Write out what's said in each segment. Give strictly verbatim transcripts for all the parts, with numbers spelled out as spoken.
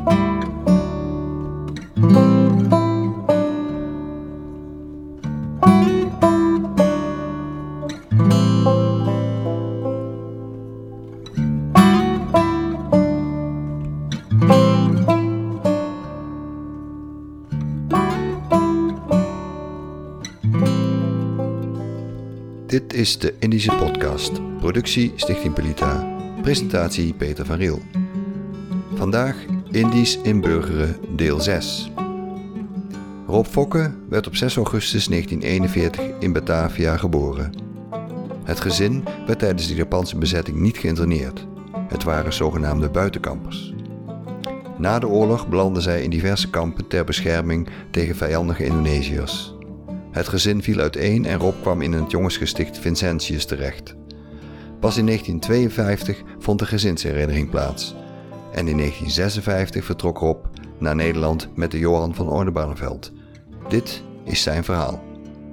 Dit is de Indische Podcast, productie Stichting Pelita, presentatie Peter van Riel. Vandaag Indisch inburgeren deel zes. Rob Fokke werd op zes augustus negentien eenenveertig in Batavia geboren. Het gezin werd tijdens de Japanse bezetting niet geïnterneerd. Het waren zogenaamde buitenkampers. Na de oorlog belanden zij in diverse kampen ter bescherming tegen vijandige Indonesiërs. Het gezin viel uiteen en Rob kwam in het jongensgesticht Vincentius terecht. Pas in negentien tweeënvijftig vond de gezinshereniging plaats. En in negentien zesenvijftig vertrok Rob naar Nederland met de Johan van Oldenbarnevelt. Dit is zijn verhaal.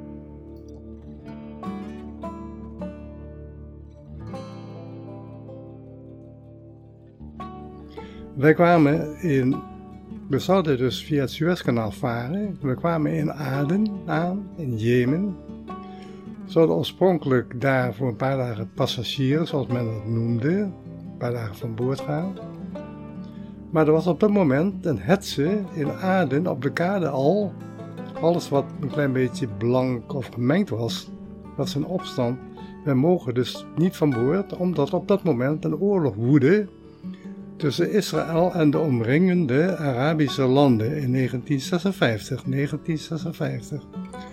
Wij kwamen in... We zouden dus via het Suezkanaal varen. We kwamen in Aden aan, in Jemen. We zouden oorspronkelijk daar voor een paar dagen passagiers, zoals men het noemde, een paar dagen van boord gaan. Maar er was op dat moment een hetze in Aden op de kade al. Alles wat een klein beetje blank of gemengd was, dat is een opstand. Wij mogen dus niet van boord, omdat op dat moment een oorlog woedde tussen Israël en de omringende Arabische landen in negentien zesenvijftig. negentien zesenvijftig.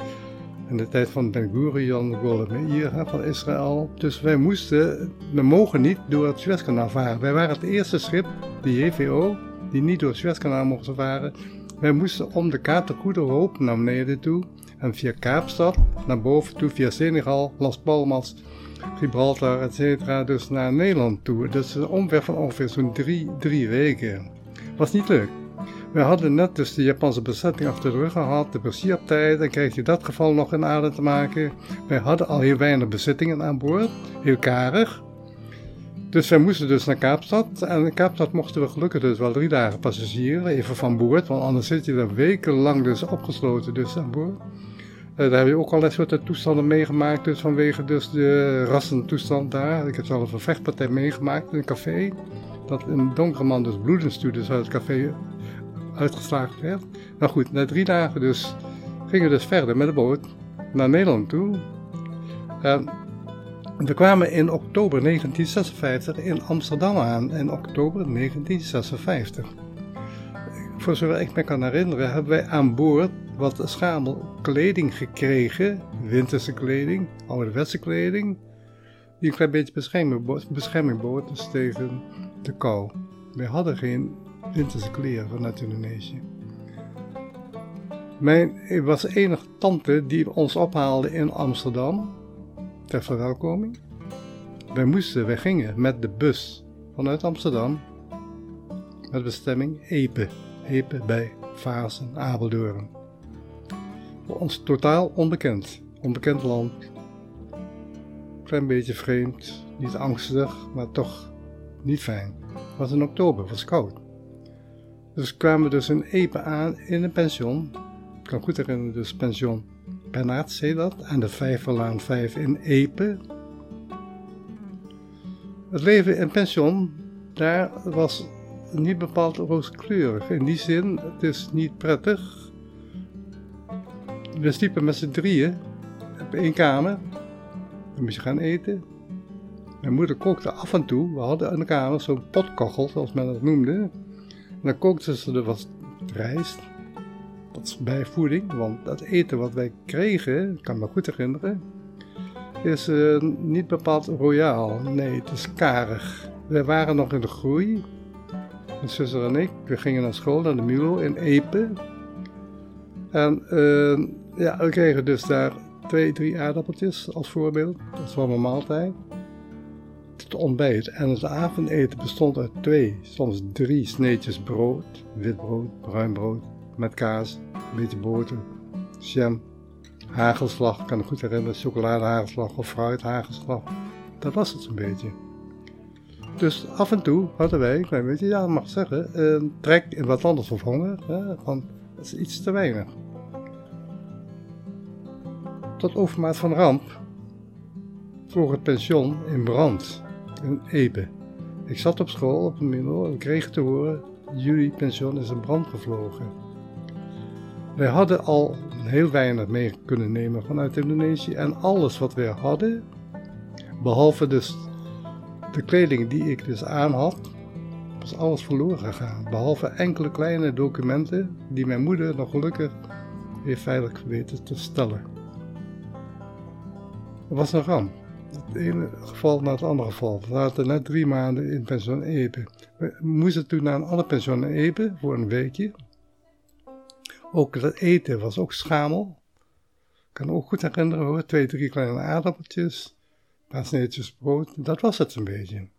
In de tijd van Ben Gurion, Golda Meir van Israël. Dus wij moesten, we mogen niet door het Suezkanaal varen. Wij waren het eerste schip, de J V O, die niet door het Suezkanaal mochten varen. Wij moesten om de Kaap de Goede Hoop naar beneden toe en via Kaapstad naar boven toe, via Senegal, Las Palmas, Gibraltar, et cetera, dus naar Nederland toe. Dus een omweg van ongeveer zo'n drie, drie weken. Was niet leuk. We hadden net dus de Japanse bezetting achter de rug gehad, de Persiaptijd, dan krijg je dat geval nog in Aden te maken. Wij hadden al heel weinig bezittingen aan boord, heel karig. Dus wij moesten dus naar Kaapstad. En in Kaapstad mochten we gelukkig dus wel drie dagen passagieren, even van boord, want anders zit je er wekenlang dus opgesloten dus aan boord. Uh, daar heb je ook allerlei soorten toestanden meegemaakt, dus vanwege dus de rassentoestand daar. Ik heb zelf een vechtpartij meegemaakt in een café, dat een donkere man dus bloedend stuurde, dus uit het café uitgeslagen werd. Nou goed, na drie dagen dus gingen we dus verder met de boot naar Nederland toe. Uh, we kwamen in oktober negentien zesenvijftig in Amsterdam aan, in oktober negentien zesenvijftig. Voor zover ik me kan herinneren, hebben wij aan boord wat schamel kleding gekregen, winterse kleding, ouderwetse kleding, die een klein beetje bescherming bood, bescherming bood dus tegen de kou. Wij hadden geen winterse kleren vanuit Indonesië. Mijn er was enige tante die ons ophaalde in Amsterdam ter verwelkoming. Wij moesten, wij gingen met de bus vanuit Amsterdam met bestemming Epe, Epe bij Vaassen, Apeldoorn. Voor ons totaal onbekend, onbekend land. Klein beetje vreemd, niet angstig, maar toch niet fijn. Het was in oktober, het was koud. Dus kwamen we dus in Epe aan in een pension. Ik kan goed herinneren, dus pension Pennaert, zei dat, aan de Vijverlaan vijf in Epe. Het leven in pension, daar was niet bepaald rooskleurig. In die zin, het is niet prettig. We sliepen met z'n drieën op één kamer. Dan moest je gaan eten. Mijn moeder kookte af en toe. We hadden in de kamer zo'n potkachel, zoals men dat noemde. En dan kookte ze er wat rijst. Dat is bijvoeding, want dat eten wat wij kregen, ik kan me goed herinneren, is uh, niet bepaald royaal. Nee, het is karig. Wij waren nog in de groei. Mijn zuster en ik, we gingen naar school, naar de Mulo in Epe. En uh, ja, we kregen dus daar twee, drie aardappeltjes als voorbeeld. Dat was mijn maaltijd. Het ontbijt en het avondeten bestond uit twee, soms drie sneetjes brood. Wit brood, bruin brood, met kaas, een beetje boter, jam, hagelslag, ik kan me goed herinneren, chocoladehagelslag of fruithagelslag. Dat was het zo'n beetje. Dus af en toe hadden wij, een klein beetje, ja, dat mag zeggen, een trek in wat anders of honger. Hè, van, dat is iets te weinig. Tot overmaat van ramp vloog het pension in brand in Epe. Ik zat op school op een middelbare en ik kreeg te horen, jullie pension is in brand gevlogen. Wij hadden al heel weinig mee kunnen nemen vanuit Indonesië en alles wat wij hadden, behalve dus de kleding die ik dus aan had, was alles verloren gegaan. Behalve enkele kleine documenten die mijn moeder nog gelukkig heeft veilig weten te stellen. Het was een ramp. Het ene geval na het andere geval. We zaten net drie maanden in pension Epe. We moesten toen naar een ander pension in Epe voor een weekje. Ook het eten was ook schamel. Ik kan me ook goed herinneren hoor. Twee, drie kleine aardappeltjes. Een paar sneetjes brood. Dat was het een beetje.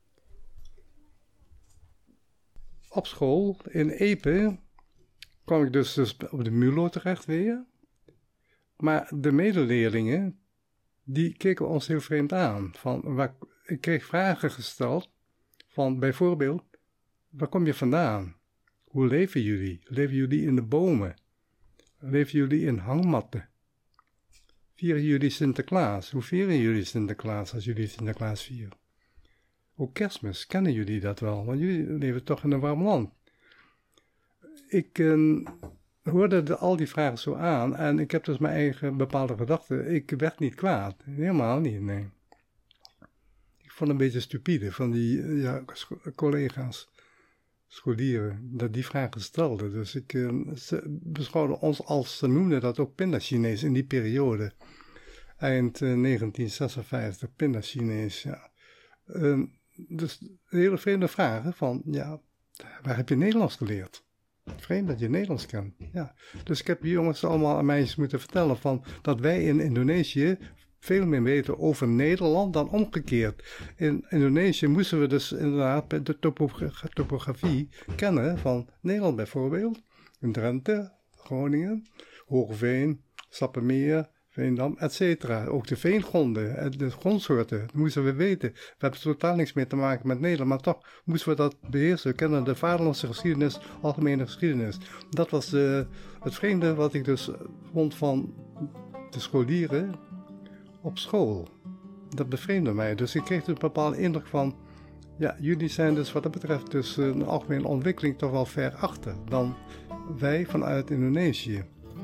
Op school in Epe kwam ik dus, dus op de MULO terecht weer. Maar de medeleerlingen, die keken ons heel vreemd aan. Van, waar, ik kreeg vragen gesteld van bijvoorbeeld, waar kom je vandaan? Hoe leven jullie? Leven jullie in de bomen? Leven jullie in hangmatten? Vieren jullie Sinterklaas? Hoe vieren jullie Sinterklaas als jullie Sinterklaas vieren? Ook Kerstmis, kennen jullie dat wel? Want jullie leven toch in een warm land. Ik uh, hoorde de, al die vragen zo aan en ik heb dus mijn eigen bepaalde gedachten. Ik werd niet kwaad, helemaal niet, nee. Ik vond het een beetje stupide van die ja, scho- collega's, scholieren, dat die vragen stelden. Dus ik, uh, ze beschouwden ons als, ze noemden dat ook pinda-Chinees in die periode. Eind uh, negentien zesenvijftig, pinda-Chinees, ja. Uh, dus hele vreemde vragen van, ja, waar heb je Nederlands geleerd? Vreemd dat je Nederlands kent, ja. Dus ik heb die jongens allemaal aan meisjes moeten vertellen van, dat wij in Indonesië veel meer weten over Nederland dan omgekeerd. In Indonesië moesten we dus inderdaad de topogra- topografie kennen van Nederland bijvoorbeeld. In Drenthe, Groningen, Hoogveen, Sappemeer, Veendam, et cetera. Ook de veengronden, de grondsoorten, dat moesten we weten. We hebben totaal niks meer te maken met Nederland, maar toch moesten we dat beheersen. We kennen de vaderlandse geschiedenis, algemene geschiedenis. Dat was uh, het vreemde wat ik dus vond van de scholieren op school. Dat bevreemde mij. Dus ik kreeg dus een bepaalde indruk van, ja, jullie zijn dus wat dat betreft dus een algemene ontwikkeling toch wel ver achter dan wij vanuit Indonesië.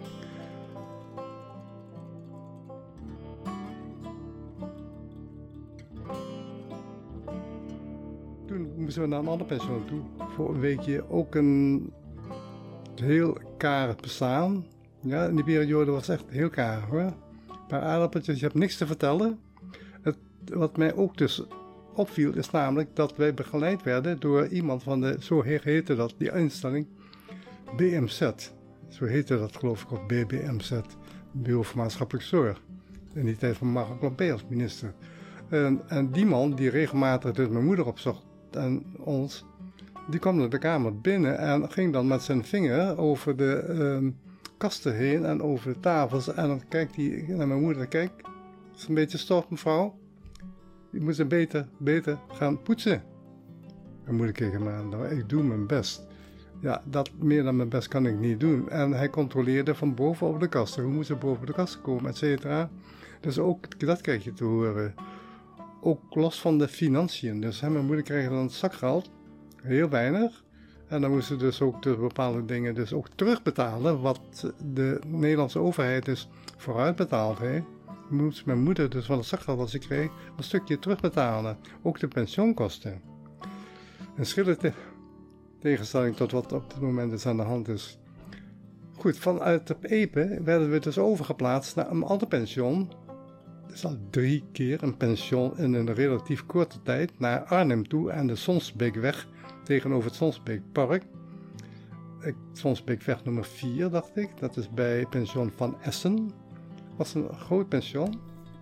Toen moesten we naar een ander pension toe, voor een weekje. Ook een heel karig bestaan. Ja, in die periode was het echt heel karig hoor. Een paar aardappeltjes, je hebt niks te vertellen. Het, wat mij ook dus opviel is namelijk dat wij begeleid werden door iemand van de, zo heette dat, die instelling, B M Z. Zo heette dat geloof ik, of B B M Z, Bureau voor Maatschappelijke Zorg. In die tijd van Marco Klompé als minister. En, en die man die regelmatig dus mijn moeder opzocht en ons, die kwam naar de kamer binnen en ging dan met zijn vinger over de uh, kasten heen en over de tafels. En dan kijkt hij naar mijn moeder, kijk, het is een beetje stof mevrouw. Je moet er beter, beter gaan poetsen. Mijn moeder keek hem aan, nou, ik doe mijn best. Ja, dat meer dan mijn best kan ik niet doen. En hij controleerde van boven op de kasten. Hoe moet ze boven de kasten komen, et cetera. Dus ook dat krijg je te horen. Ook los van de financiën. Dus hè, mijn moeder kreeg dan zakgeld, heel weinig. En dan moesten dus ook de bepaalde dingen dus ook terugbetalen. Wat de Nederlandse overheid dus vooruit betaald heeft. Moest mijn moeder dus van het zakgeld wat ze kreeg een stukje terugbetalen. Ook de pensioenkosten. Een schillende tegenstelling tot wat op dit moment is aan de hand is. Goed, vanuit de Epe werden we dus overgeplaatst naar een ander pension. Dus al drie keer een pension in een relatief korte tijd naar Arnhem toe en de Sonsbeekweg tegenover het Sonsbeekpark. Sonsbeekweg nummer vier, dacht ik. Dat is bij pension Van Essen. Dat was een groot pension.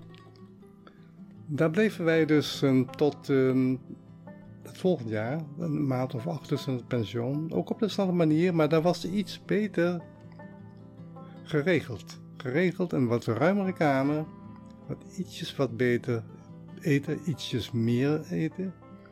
Daar bleven wij dus um, tot um, het volgende jaar, een maand of acht tussen het pension. Ook op dezelfde manier, maar daar was iets beter geregeld. Geregeld, een wat ruimere kamer. Wat ietsjes wat beter eten, ietsjes meer eten.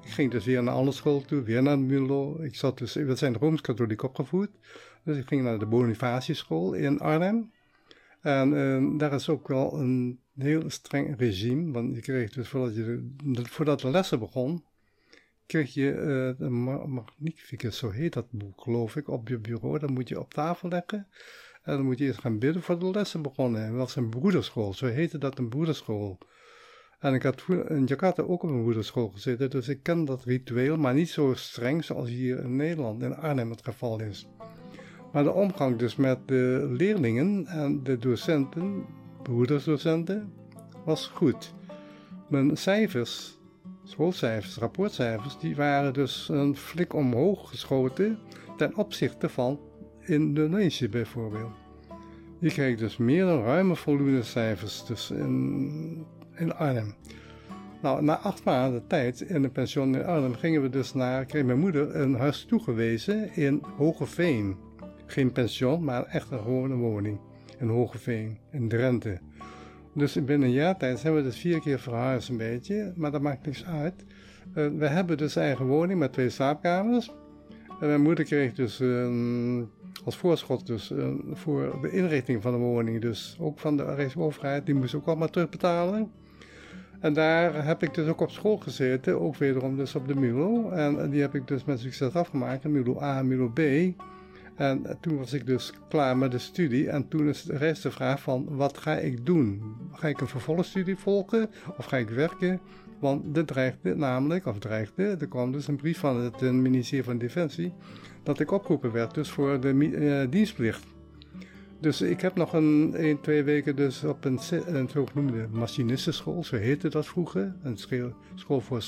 Ik ging dus weer naar een andere school toe, weer naar de Mulo. Ik zat dus, we zijn Rooms-Katholiek opgevoed. Dus ik ging naar de Bonifatiuschool in Arnhem. En uh, daar is ook wel een heel streng regime. Want je kreeg dus, voordat, je de, voordat de lessen begon, kreeg je uh, een magnificus, zo heet dat boek, geloof ik, op je bureau. Dat moet je op tafel leggen. En dan moet je eerst gaan bidden voor de lessen begonnen. Dat was een broederschool, zo heette dat, een broederschool. En ik had in Jakarta ook op een broederschool gezeten, dus ik ken dat ritueel, maar niet zo streng zoals hier in Nederland, in Arnhem het geval is. Maar de omgang dus met de leerlingen en de docenten, broedersdocenten, was goed. Mijn cijfers, schoolcijfers, rapportcijfers, die waren dus een flik omhoog geschoten ten opzichte van Indonesië bijvoorbeeld. Je kreeg dus meer dan ruime voldoende cijfers dus in, in Arnhem. Nou, na acht maanden tijd in een pension in Arnhem gingen we dus naar, kreeg mijn moeder een huis toegewezen in Hogeveen. Geen pension, maar echt een gewone woning in Hogeveen, in Drenthe. Dus binnen een jaar tijd zijn we dus vier keer verhuisd een beetje, maar dat maakt niks uit. Uh, we hebben dus een eigen woning met twee slaapkamers. En mijn moeder kreeg dus uh, als voorschot dus uh, voor de inrichting van de woning, dus ook van de Rijksoverheid, die moest ook allemaal terugbetalen. En daar heb ik dus ook op school gezeten, ook wederom dus op de Mulo. En die heb ik dus met succes afgemaakt, Mulo A en Mulo B. En toen was ik dus klaar met de studie en toen is de rest de vraag van wat ga ik doen? Ga ik een vervolgstudie volgen of ga ik werken? Want er dreigde namelijk, of dreigde, er kwam dus een brief van het ministerie van Defensie dat ik opgeroepen werd dus voor de uh, dienstplicht. Dus ik heb nog een, een, twee weken dus op een, een zogenoemde machinistenschool, zo heette dat vroeger, een school, school voor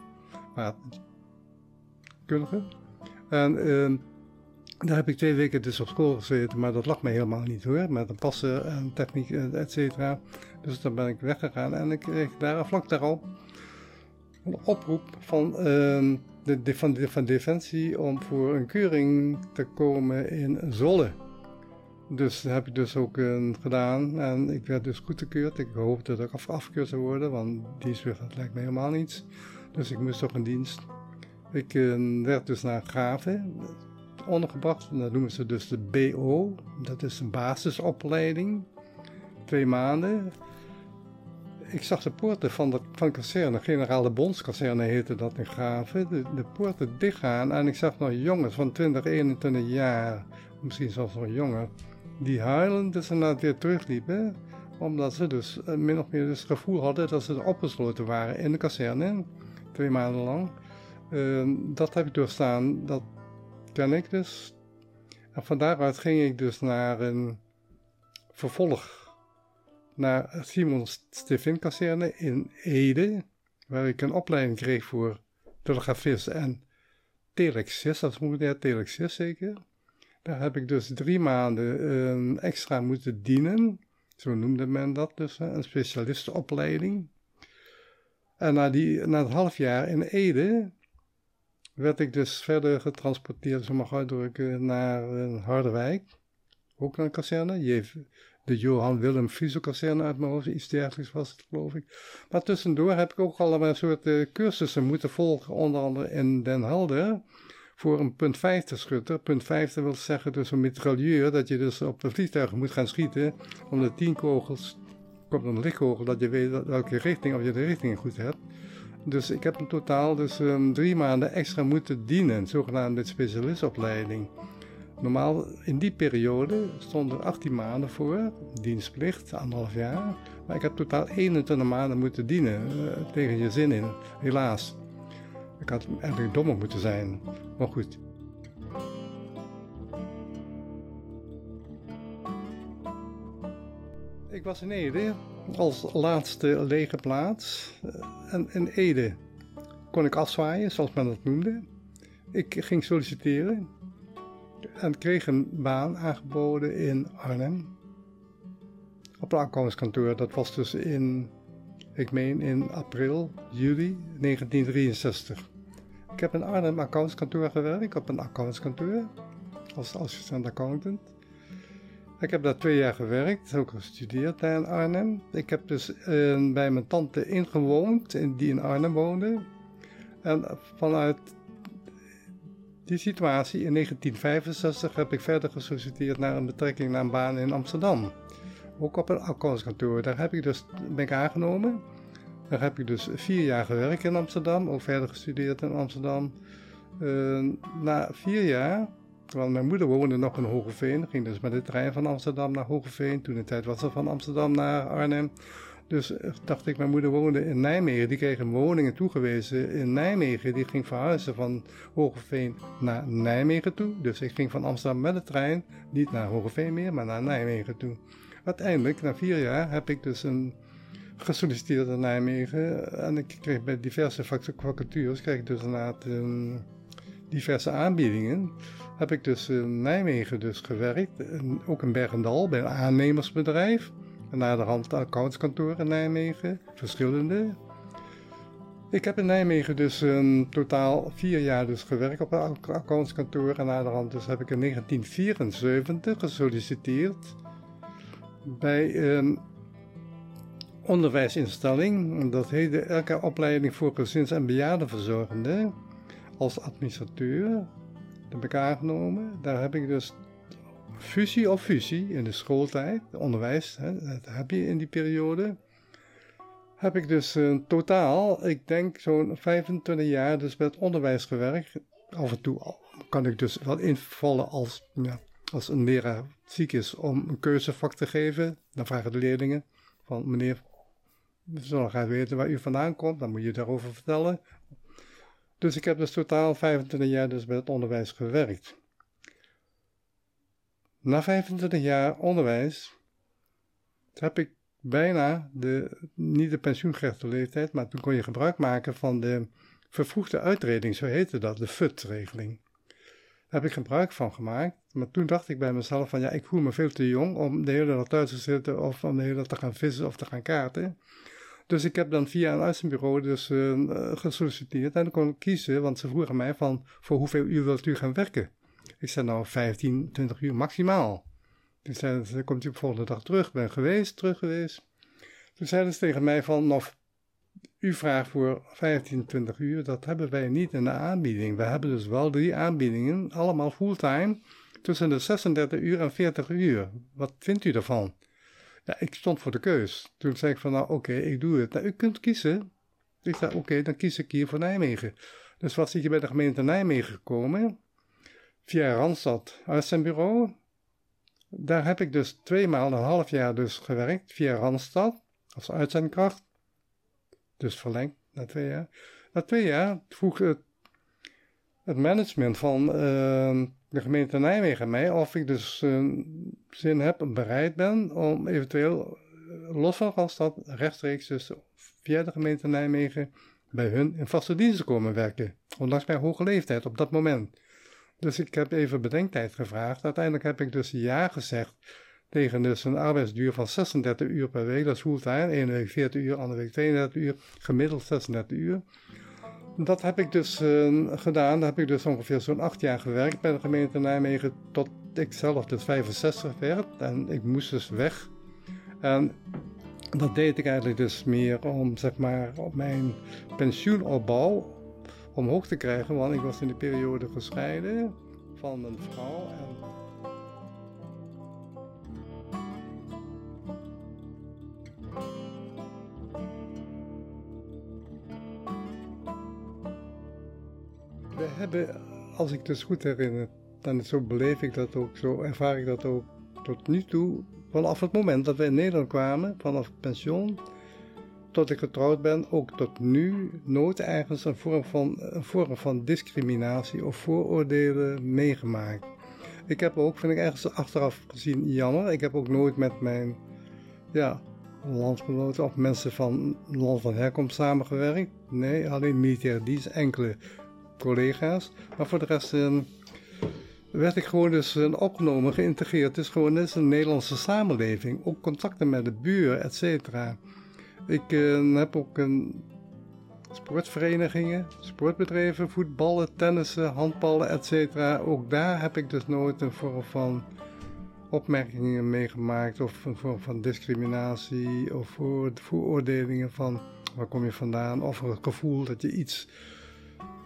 scheepvaartkundigen. En uh, daar heb ik twee weken dus op school gezeten, maar dat lag me helemaal niet hoor, met een passen en techniek, et cetera. Dus dan ben ik weggegaan en ik kreeg daar vlak daarop een oproep van, uh, de, de, van, de, van Defensie om voor een keuring te komen in Zwolle. Dus dat heb ik dus ook uh, gedaan en ik werd dus goedgekeurd. Ik hoopte dat ik af, afgekeurd zou worden, want dienstplicht dat lijkt me helemaal niets. Dus ik moest toch een dienst. Ik uh, werd dus naar Graven ondergebracht. En dat noemen ze dus de B O. Dat is een basisopleiding. Twee maanden. Ik zag de poorten van de, van de kazerne, Generaal de Bondskazerne heette dat in Graven, de, de poorten dichtgaan. En ik zag nog jongens van twintig, eenentwintig jaar, misschien zelfs nog jonger, die huilend dus en weer terugliepen. Omdat ze dus uh, min of meer dus het gevoel hadden dat ze opgesloten waren in de kazerne. Twee maanden lang. Uh, dat heb ik doorstaan, dat ken ik dus. En van daaruit ging ik dus naar een vervolg. Naar Simon Stevin kazerne in Ede, waar ik een opleiding kreeg voor telegrafist en telexist, dat is modern telexist zeker. Daar heb ik dus drie maanden um, extra moeten dienen, zo noemde men dat dus, een specialistenopleiding. En na, die, na het half jaar in Ede werd ik dus verder getransporteerd, zo mag uitdrukken, naar uh, Harderwijk, ook naar een kazerne, de Johan Willem Frieso kazerne uit mijn hoofd, iets dergelijks was het geloof ik. Maar tussendoor heb ik ook allerlei soorten cursussen moeten volgen, onder andere in Den Helder, voor een punt vijftig schutter. Punt vijftig wil zeggen dus een mitrailleur, dat je dus op een vliegtuig moet gaan schieten, om de tien kogels, komt een lichtkogel, dat je weet welke richting, of je de richting goed hebt. Dus ik heb in totaal dus um, drie maanden extra moeten dienen, zogenaamde specialistopleiding. Normaal in die periode stonden er achttien maanden voor, dienstplicht, anderhalf jaar. Maar ik heb totaal eenentwintig maanden moeten dienen, uh, tegen je zin in, helaas. Ik had eigenlijk dommer moeten zijn, maar goed. Ik was in Ede als laatste lege plaats. En in Ede kon ik afzwaaien, zoals men dat noemde. Ik ging solliciteren en kreeg een baan aangeboden in Arnhem. Op een accountantskantoor, dat was dus in, ik meen in april, juli negentien drieënzestig. Ik heb in Arnhem accountantskantoor gewerkt, op een accountantskantoor, als assistent accountant. Ik heb daar twee jaar gewerkt, ook gestudeerd daar in Arnhem. Ik heb dus uh, bij mijn tante ingewoond, die in Arnhem woonde. En vanuit die situatie in negentien vijfenzestig heb ik verder gesolliciteerd naar een betrekking naar een baan in Amsterdam. Ook op een accountskantoor. Daar heb ik dus, ben ik aangenomen. Daar heb ik dus vier jaar gewerkt in Amsterdam. Ook verder gestudeerd in Amsterdam. Uh, na vier jaar, want mijn moeder woonde nog in Hoogeveen. Ging dus met de trein van Amsterdam naar Hoogeveen. Toen de tijd was het van Amsterdam naar Arnhem. Dus dacht ik, mijn moeder woonde in Nijmegen. Die kreeg een woning toegewezen in Nijmegen. Die ging verhuizen van Hoogeveen naar Nijmegen toe. Dus ik ging van Amsterdam met de trein. Niet naar Hoogeveen meer, maar naar Nijmegen toe. Uiteindelijk, na vier jaar, heb ik dus een gesolliciteerd in Nijmegen. En ik kreeg bij diverse vacatures, kreeg ik dus inderdaad um, diverse aanbiedingen. Heb ik dus in Nijmegen dus gewerkt. En ook in Bergendal, bij een aannemersbedrijf. En naderhand accountskantoor in Nijmegen, verschillende. Ik heb in Nijmegen dus een totaal vier jaar dus gewerkt op een accountskantoor. En naderhand dus heb ik in negentien vierenzeventig gesolliciteerd bij een onderwijsinstelling. Dat heette elke opleiding voor gezins- en bejaardenverzorgenden als administrateur. Dat heb ik aangenomen. Daar heb ik dus fusie of fusie in de schooltijd, onderwijs, hè, dat heb je in die periode. Heb ik dus uh, totaal, ik denk zo'n vijfentwintig jaar dus met onderwijs gewerkt. Af en toe kan ik dus wel invallen als, ja, als een leraar ziek is om een keuzevak te geven. Dan vragen de leerlingen van meneer, we zullen graag weten waar u vandaan komt, dan moet je daarover vertellen. Dus ik heb dus totaal vijfentwintig jaar dus met het onderwijs gewerkt. Na vijfentwintig jaar onderwijs heb ik bijna de, niet de pensioengerechtigde leeftijd, maar toen kon je gebruik maken van de vervroegde uittreding, zo heette dat, de F U T-regeling. Daar heb ik gebruik van gemaakt, maar toen dacht ik bij mezelf van ja, ik voel me veel te jong om de hele dag thuis te zitten of om de hele dag te gaan vissen of te gaan kaarten. Dus ik heb dan via een uitzendbureau dus uh, gesolliciteerd en dan kon ik kiezen, want ze vroegen mij van voor hoeveel uur wilt u gaan werken? Ik zei nou vijftien, twintig uur maximaal. Toen zeiden ze, komt u op de volgende dag terug? Ben geweest, terug geweest. Toen zeiden ze tegen mij van, of u vraagt voor vijftien, twintig uur, dat hebben wij niet in de aanbieding. We hebben dus wel drie aanbiedingen, allemaal fulltime, tussen de zesendertig uur en veertig uur. Wat vindt u daarvan? Ja, ik stond voor de keus. Toen zei ik van, nou oké, okay, ik doe het. Nou, u kunt kiezen. Ik zei, oké, okay, dan kies ik hier voor Nijmegen. Dus was ik hier bij de gemeente Nijmegen gekomen, via Randstad uitzendbureau. Daar heb ik dus twee maal een half jaar dus gewerkt, via Randstad, als uitzendkracht. Dus verlengd na twee jaar. Na twee jaar vroeg het, het management van uh, de gemeente Nijmegen mij of ik dus uh, zin heb en bereid ben om eventueel uh, los van Randstad rechtstreeks dus via de gemeente Nijmegen bij hun in vaste dienst te komen werken. Ondanks mijn hoge leeftijd op dat moment. Dus ik heb even bedenktijd gevraagd. Uiteindelijk heb ik dus ja gezegd tegen dus een arbeidsduur van zesendertig uur per week. Dat is fulltime. Ene week veertig uur, andere week tweeëndertig uur. Gemiddeld zesendertig uur. Dat heb ik dus uh, gedaan. Daar heb ik dus ongeveer zo'n acht jaar gewerkt bij de gemeente Nijmegen. Tot ik zelf dus vijfenzestig werd. En ik moest dus weg. En dat deed ik eigenlijk dus meer om, zeg maar, op mijn pensioenopbouw omhoog te krijgen, want ik was in die periode gescheiden van mijn vrouw. En we hebben, als ik dus goed herinner, dan zo beleef ik dat ook, zo ervaar ik dat ook tot nu toe, vanaf het moment dat we in Nederland kwamen, vanaf het pensioen, tot ik getrouwd ben, ook tot nu nooit ergens een vorm van, een vorm van discriminatie of vooroordelen meegemaakt. Ik heb ook, vind ik ergens achteraf gezien, jammer. Ik heb ook nooit met mijn ja, landgenoten of mensen van land van herkomst samengewerkt. Nee, alleen militair dienst, enkele collega's. Maar voor de rest uh, werd ik gewoon dus uh, opgenomen, geïntegreerd. Het is gewoon net een Nederlandse samenleving. Ook contacten met de buren, et cetera. Ik uh, heb ook een sportverenigingen, sportbedrijven, voetballen, tennissen, handballen, et cetera. Ook daar heb ik dus nooit een vorm van opmerkingen meegemaakt of een vorm van discriminatie of voor, vooroordelingen van waar kom je vandaan of het gevoel dat je iets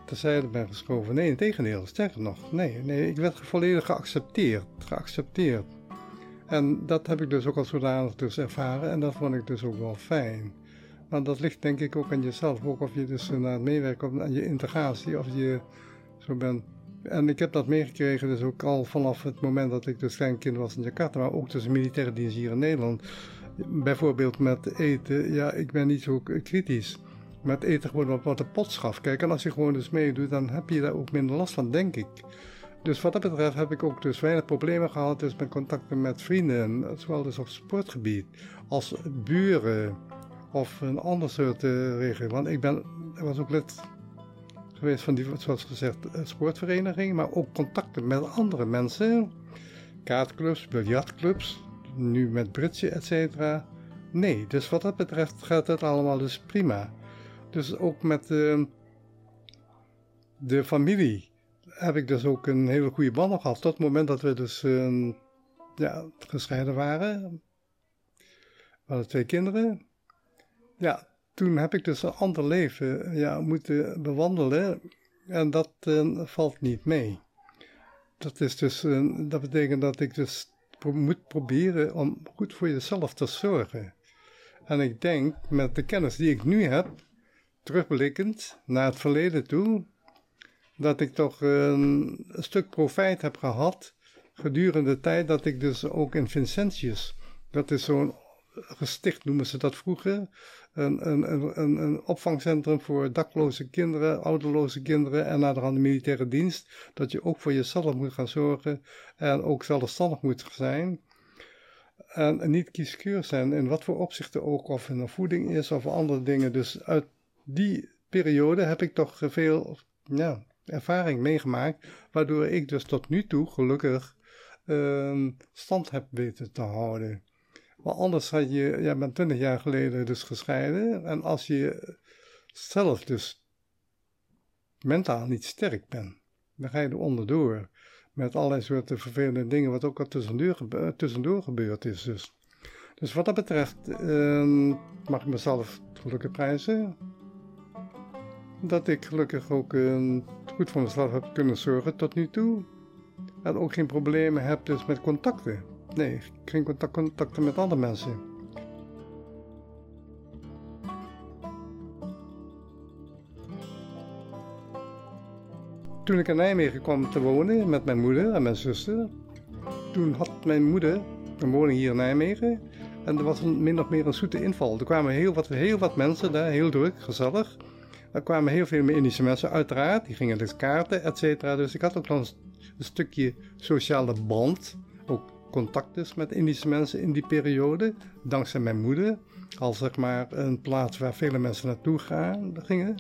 terzijde ben geschoven. Nee, integendeel, sterker nog. Nee, nee, ik werd volledig geaccepteerd. Geaccepteerd. En dat heb ik dus ook als zodanig dus ervaren en dat vond ik dus ook wel fijn. Maar dat ligt denk ik ook aan jezelf, ook of je dus naar het meewerken aan je integratie, of je zo bent. En ik heb dat meegekregen dus ook al vanaf het moment dat ik dus klein kind was in Jakarta, maar ook tussen militaire dienst hier in Nederland. Bijvoorbeeld met eten, ja, ik ben niet zo kritisch. Met eten gewoon wat de pot schaft. Kijk, en als je gewoon dus meedoet, dan heb je daar ook minder last van, denk ik. Dus wat dat betreft heb ik ook dus weinig problemen gehad dus met contacten met vrienden, zowel dus op sportgebied als buren of een ander soort uh, regio. Want ik ben, ik was ook lid geweest van die, zoals gezegd, sportvereniging, maar ook contacten met andere mensen, kaartclubs, biljartclubs, nu met bridge, et cetera. Nee, dus wat dat betreft gaat het allemaal dus prima. Dus ook met uh, de familie heb ik dus ook een hele goede band gehad. Tot het moment dat we dus uh, ja, gescheiden waren. We hadden twee kinderen. Ja, toen heb ik dus een ander leven ja, moeten bewandelen. En dat uh, valt niet mee. Dat, is dus, uh, dat betekent dat ik dus pro- moet proberen om goed voor jezelf te zorgen. En ik denk met de kennis die ik nu heb, terugblikkend naar het verleden toe, dat ik toch een, een stuk profijt heb gehad gedurende de tijd dat ik dus ook in Vincentius, dat is zo'n gesticht noemen ze dat vroeger, een, een, een, een opvangcentrum voor dakloze kinderen, ouderloze kinderen en naderhand de militaire dienst, dat je ook voor jezelf moet gaan zorgen en ook zelfstandig moet zijn. En niet kieskeurig zijn in wat voor opzichten ook, of het een voeding is of andere dingen. Dus uit die periode heb ik toch veel ja, ervaring meegemaakt, waardoor ik dus tot nu toe gelukkig uh, stand heb weten te houden. Want anders had je, ja, ben twintig jaar geleden dus gescheiden, en als je zelf dus mentaal niet sterk bent, dan ga je er onderdoor. Met allerlei soorten vervelende dingen, wat ook al tussendoor, tussendoor gebeurd is. Dus, dus wat dat betreft uh, mag ik mezelf gelukkig prijzen. Dat ik gelukkig ook uh, goed voor mezelf heb kunnen zorgen tot nu toe. En ook geen problemen heb dus met contacten. Nee, geen contact, contacten met andere mensen. Toen ik in Nijmegen kwam te wonen met mijn moeder en mijn zuster, toen had mijn moeder een woning hier in Nijmegen en er was een, min of meer een zoete inval. Er kwamen heel wat, heel wat mensen daar, heel druk, gezellig. Er kwamen heel veel Indische mensen uiteraard, die gingen dus kaarten, et cetera. Dus ik had ook nog een, een stukje sociale band, ook contact dus met Indische mensen in die periode, dankzij mijn moeder, als zeg maar een plaats waar vele mensen naartoe gaan, gingen.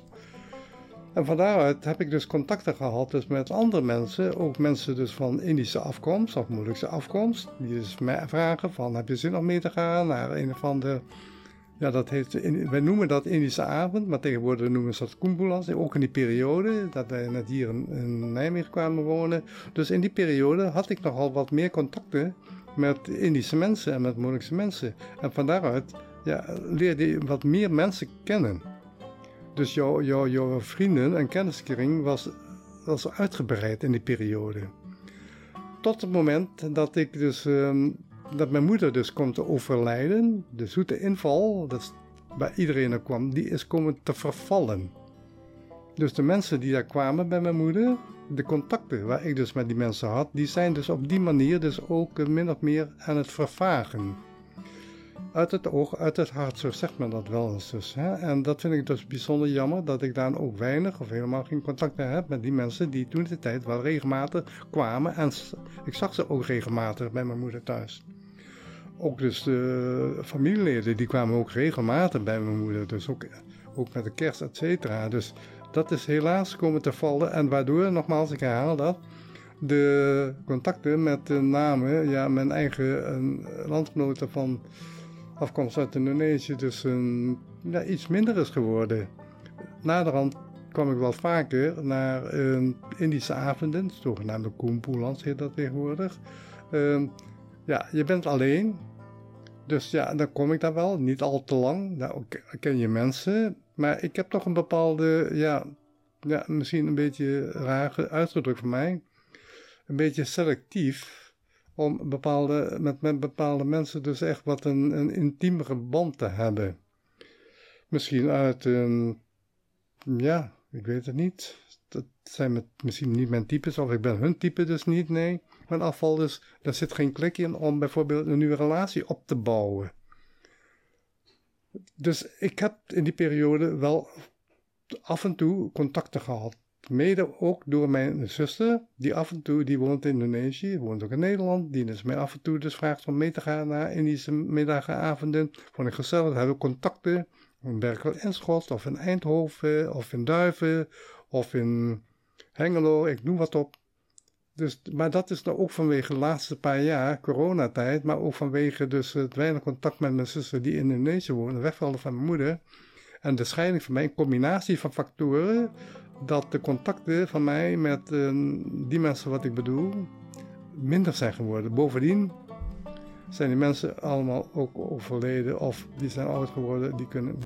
En van daaruit heb ik dus contacten gehad dus met andere mensen, ook mensen dus van Indische afkomst of moeilijkse afkomst, die dus mij vragen van heb je zin om mee te gaan naar een of andere, ja dat heet, wij noemen dat Indische avond, maar tegenwoordig noemen ze dat Kumpulas, ook in die periode dat wij net hier in, in Nijmegen kwamen wonen. Dus in die periode had ik nogal wat meer contacten met Indische mensen en met moeilijkse mensen. En van daaruit ja, leerde je wat meer mensen kennen. Dus jouw, jouw, jouw vrienden en kenniskring was, was uitgebreid in die periode. Tot het moment dat ik dus, um, dat mijn moeder dus komt te overlijden, de zoete inval, dat is waar iedereen er kwam, die is komen te vervallen. Dus de mensen die daar kwamen bij mijn moeder, de contacten waar ik dus met die mensen had, die zijn dus op die manier dus ook min of meer aan het vervagen. Uit het oog, uit het hart, zo zegt men dat wel eens dus. Hè? En dat vind ik dus bijzonder jammer, dat ik daar ook weinig of helemaal geen contact meer heb met die mensen die toen de tijd wel regelmatig kwamen. En ik zag ze ook regelmatig bij mijn moeder thuis. Ook dus de familieleden, die kwamen ook regelmatig bij mijn moeder. Dus ook, ook met de kerst, et cetera. Dus dat is helaas komen te vallen. En waardoor, nogmaals, ik herhaal dat, de contacten met de namen, ja, mijn eigen uh, landgenoten van afkomst uit Indonesië, dus een, ja, iets minder is geworden. Naderhand kwam ik wel vaker naar uh, Indische avonden, zogenaamde Kumpulans heet dat tegenwoordig. Uh, ja, je bent alleen, dus ja, dan kom ik daar wel, niet al te lang, daar ken je mensen, maar ik heb toch een bepaalde, ja, ja, misschien een beetje raar uitgedrukt voor mij, een beetje selectief om bepaalde, met, met bepaalde mensen dus echt wat een, een intiemere band te hebben. Misschien uit een, ja, ik weet het niet. Dat zijn met, misschien niet mijn types, of ik ben hun type dus niet, nee. Maar in afval dus, daar zit geen klik in om bijvoorbeeld een nieuwe relatie op te bouwen. Dus ik heb in die periode wel af en toe contacten gehad. Mede ook door mijn zuster, die af en toe, die woont in Indonesië, woont ook in Nederland, die dus mij af en toe dus vraagt om mee te gaan naar Indische middagavonden. Vond ik gezellig, dan hebben we contacten in Berkel en Schot, of in Eindhoven, of in Duiven, of in Hengelo, ik noem wat op. Dus, maar dat is nou ook vanwege de laatste paar jaar, coronatijd, maar ook vanwege dus het weinig contact met mijn zuster die in Indonesië woont, de wegvallen van mijn moeder. En de scheiding van mij, een combinatie van factoren, dat de contacten van mij met uh, die mensen wat ik bedoel, minder zijn geworden. Bovendien zijn die mensen allemaal ook overleden of die zijn oud geworden, die kunnen...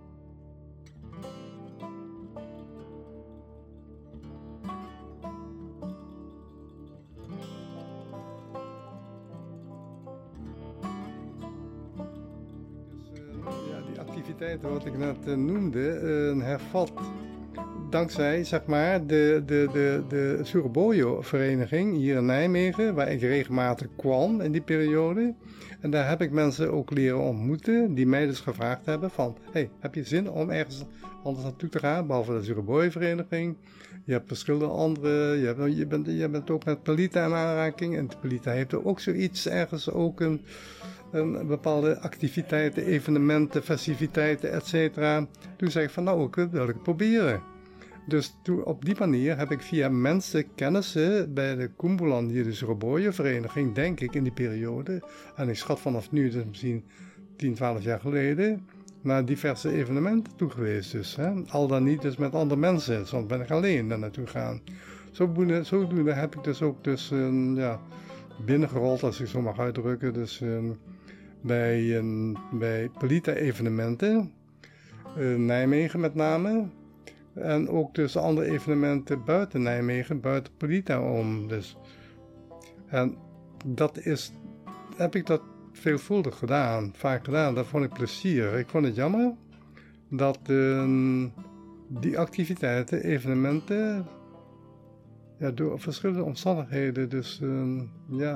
activiteiten wat ik net uh, noemde, uh, hervat dankzij zeg maar de, de, de, de Surabaya-vereniging hier in Nijmegen, waar ik regelmatig kwam in die periode. En daar heb ik mensen ook leren ontmoeten, die mij dus gevraagd hebben van, hey, heb je zin om ergens anders naartoe te gaan, behalve de Surabaya-vereniging? Je hebt verschillende andere, je, hebt, je, bent, je bent ook met Pelita in aanraking, en Pelita heeft er ook zoiets, ergens ook een... Een bepaalde activiteiten, evenementen, festiviteiten, et cetera. Toen zei ik van nou, ik wil ik proberen. Dus toen, op die manier heb ik via mensen kennissen bij de Kumpulan, hier de Surabaya-vereniging, denk ik in die periode. En ik schat vanaf nu, dus misschien tien, twaalf jaar geleden, naar diverse evenementen toe geweest. Dus, hè. Al dan niet dus met andere mensen, soms ben ik alleen daar naartoe gaan. Zodoende, zodoende heb ik dus ook dus, uh, ja, binnengerold, als ik zo mag uitdrukken. Dus... Uh, Bij, um, bij Pelita-evenementen, uh, Nijmegen met name. En ook dus andere evenementen buiten Nijmegen, buiten Pelita om. Dus. En dat is, heb ik dat veelvuldig gedaan, vaak gedaan. Dat vond ik plezier. Ik vond het jammer dat uh, die activiteiten, evenementen, ja, door verschillende omstandigheden, dus uh, ja...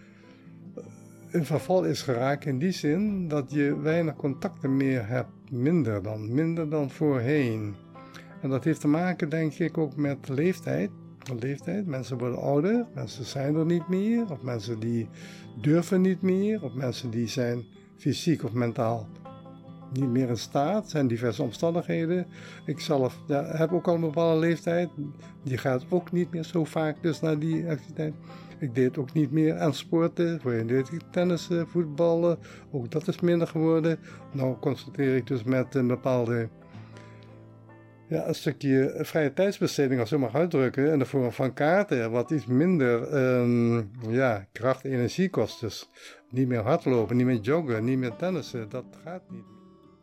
een verval is geraakt in die zin dat je weinig contacten meer hebt, minder dan, minder dan voorheen. En dat heeft te maken, denk ik, ook met leeftijd. leeftijd. Mensen worden ouder, mensen zijn er niet meer, of mensen die durven niet meer, of mensen die zijn fysiek of mentaal niet meer in staat, zijn diverse omstandigheden. Ik zelf ja, heb ook al een bepaalde leeftijd, die gaat ook niet meer zo vaak dus naar die activiteit. Ik deed ook niet meer aan sporten, voorheen deed ik tennissen, voetballen, ook dat is minder geworden. Nou concentreer ik dus met een bepaalde, ja, een stukje vrije tijdsbesteding, als ik mag uitdrukken, in de vorm van kaarten, wat iets minder um, ja, kracht en energie kost. Dus niet meer hardlopen, niet meer joggen, niet meer tennissen, dat gaat niet meer.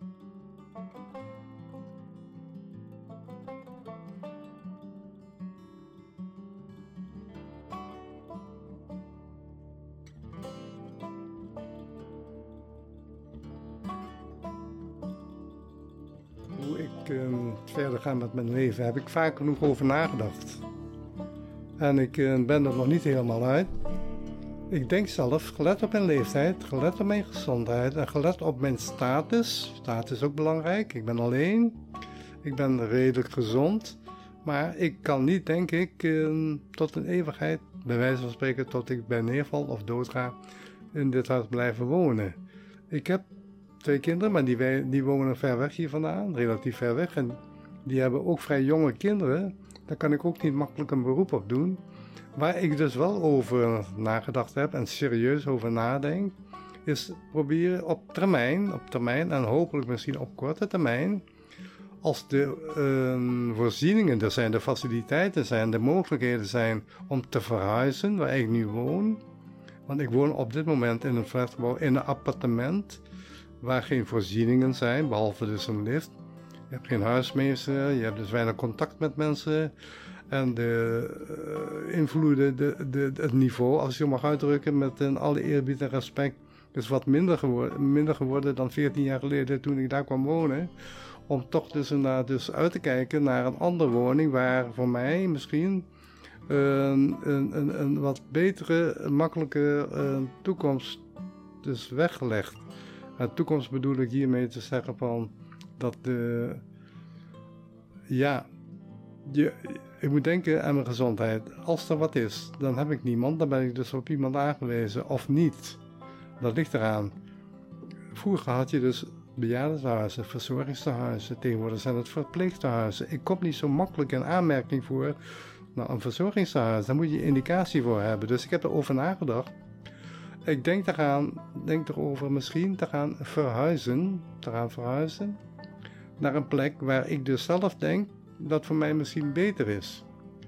Hoe ik uh, verder ga met mijn leven, heb ik vaak genoeg over nagedacht. En ik uh, ben er nog niet helemaal uit. Ik denk zelf, gelet op mijn leeftijd, gelet op mijn gezondheid en gelet op mijn status. Status is ook belangrijk, ik ben alleen, ik ben redelijk gezond. Maar ik kan niet, denk ik, uh, tot een eeuwigheid, bij wijze van spreken, tot ik bij neerval of doodga, in dit huis blijven wonen. Ik heb twee kinderen, maar die, wij, die wonen ver weg hier vandaan, relatief ver weg. En die hebben ook vrij jonge kinderen. Daar kan ik ook niet makkelijk een beroep op doen. Waar ik dus wel over nagedacht heb en serieus over nadenk, is proberen op termijn, op termijn en hopelijk misschien op korte termijn, als de uh, voorzieningen er zijn, de faciliteiten zijn, de mogelijkheden zijn om te verhuizen waar ik nu woon. Want ik woon op dit moment in een flatgebouw in een appartement waar geen voorzieningen zijn, behalve dus een lift. Je hebt geen huismeester, je hebt dus weinig contact met mensen. En de uh, invloeden, de, de, het niveau, als je mag uitdrukken, met een alle eerbied en respect, is wat minder geworden, minder geworden dan veertien jaar geleden toen ik daar kwam wonen. Om toch dus, naar, dus uit te kijken naar een andere woning waar voor mij misschien een, een, een, een wat betere, een makkelijke uh, toekomst dus weggelegd. En toekomst bedoel ik hiermee te zeggen van dat de, ja, je, ik moet denken aan mijn gezondheid. Als er wat is, dan heb ik niemand, dan ben ik dus op iemand aangewezen of niet. Dat ligt eraan. Vroeger had je dus bejaardentehuizen, verzorgingstehuizen, tegenwoordig zijn het verpleegtehuizen. Ik kom niet zo makkelijk in aanmerking voor nou, een verzorgingstehuis, daar moet je indicatie voor hebben. Dus ik heb erover nagedacht. Ik denk, te gaan, denk erover misschien te gaan verhuizen, te gaan verhuizen naar een plek waar ik dus zelf denk dat voor mij misschien beter is.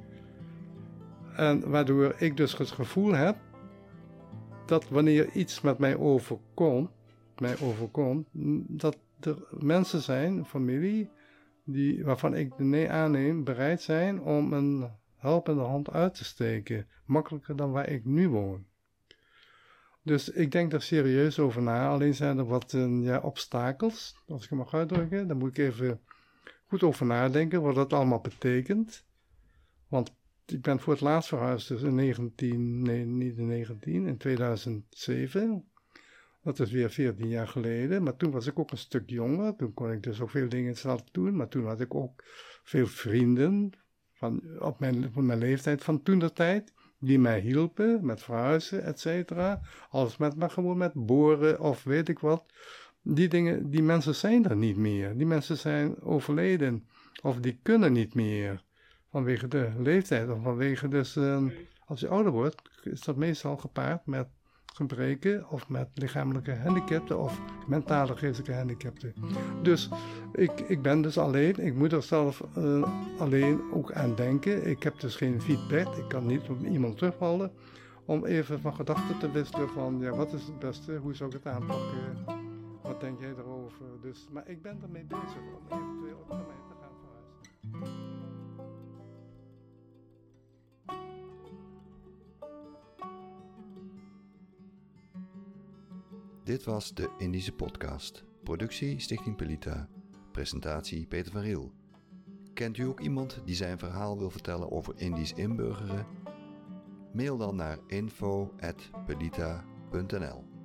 En waardoor ik dus het gevoel heb dat wanneer iets met mij overkomt, mij overkomt, dat er mensen zijn, familie, die, waarvan ik de nee aanneem, bereid zijn om een helpende hand uit te steken. Makkelijker dan waar ik nu woon. Dus ik denk er serieus over na. Alleen zijn er wat uh, ja, obstakels, als ik het mag uitdrukken. Daar moet ik even goed over nadenken wat dat allemaal betekent. Want ik ben voor het laatst verhuisd dus in negentien, nee niet in negentien, in tweeduizend zeven. Dat is weer veertien jaar geleden. Maar toen was ik ook een stuk jonger. Toen kon ik dus ook veel dingen zelf doen. Maar toen had ik ook veel vrienden van, op, mijn, op mijn leeftijd van toentertijd. Die mij hielpen met verhuizen, et cetera. Alles met, maar gewoon met boren of weet ik wat. Die dingen, die mensen zijn er niet meer. Die mensen zijn overleden. Of die kunnen niet meer. Vanwege de leeftijd. Of vanwege dus, uh, als je ouder wordt, is dat meestal gepaard met gebreken of met lichamelijke handicapten of mentale geestelijke handicapten. Dus ik, ik ben dus alleen, ik moet er zelf uh, alleen ook aan denken. Ik heb dus geen feedback, ik kan niet op iemand terugvallen om even van gedachten te wisselen van ja, wat is het beste, hoe zou ik het aanpakken, wat denk jij erover. Dus, maar ik ben ermee bezig om eventueel op termijn te gaan verhuizen. Dit was de Indische Podcast. Productie Stichting Pelita. Presentatie Peter van Riel. Kent u ook iemand die zijn verhaal wil vertellen over Indisch inburgeren? Mail dan naar info at pelita punt n l.